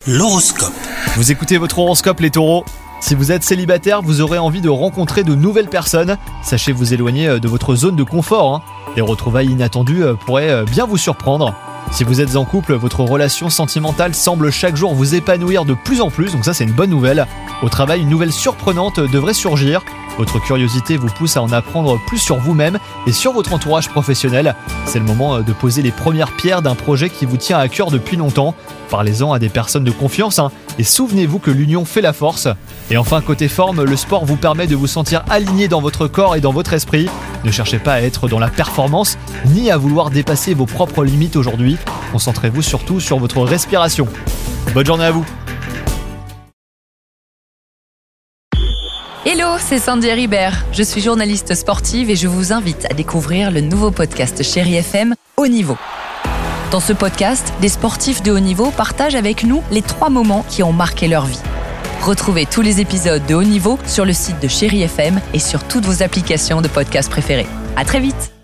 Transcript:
L'horoscope. Vous écoutez votre horoscope les taureaux. Si vous êtes célibataire, vous aurez envie de rencontrer de nouvelles personnes. Sachez vous éloigner de votre zone de confort. Des retrouvailles inattendues pourraient bien vous surprendre. Si vous êtes en couple, votre relation sentimentale semble chaque jour vous épanouir de plus en plus, donc ça c'est une bonne nouvelle. Au travail, une nouvelle surprenante devrait surgir. Votre curiosité vous pousse à en apprendre plus sur vous-même et sur votre entourage professionnel. C'est le moment de poser les premières pierres d'un projet qui vous tient à cœur depuis longtemps. Parlez-en à des personnes de confiance et souvenez-vous que l'union fait la force. Et enfin, côté forme, le sport vous permet de vous sentir aligné dans votre corps et dans votre esprit. Ne cherchez pas à être dans la performance ni à vouloir dépasser vos propres limites aujourd'hui. Concentrez-vous surtout sur votre respiration. Bonne journée à vous. Hello, c'est Sandy Ribert. Je suis journaliste sportive et je vous invite à découvrir le nouveau podcast Chéri FM, Haut Niveau. Dans ce podcast, des sportifs de haut niveau partagent avec nous les 3 moments qui ont marqué leur vie. Retrouvez tous les épisodes de Haut Niveau sur le site de Chéri FM et sur toutes vos applications de podcast préférées. À très vite.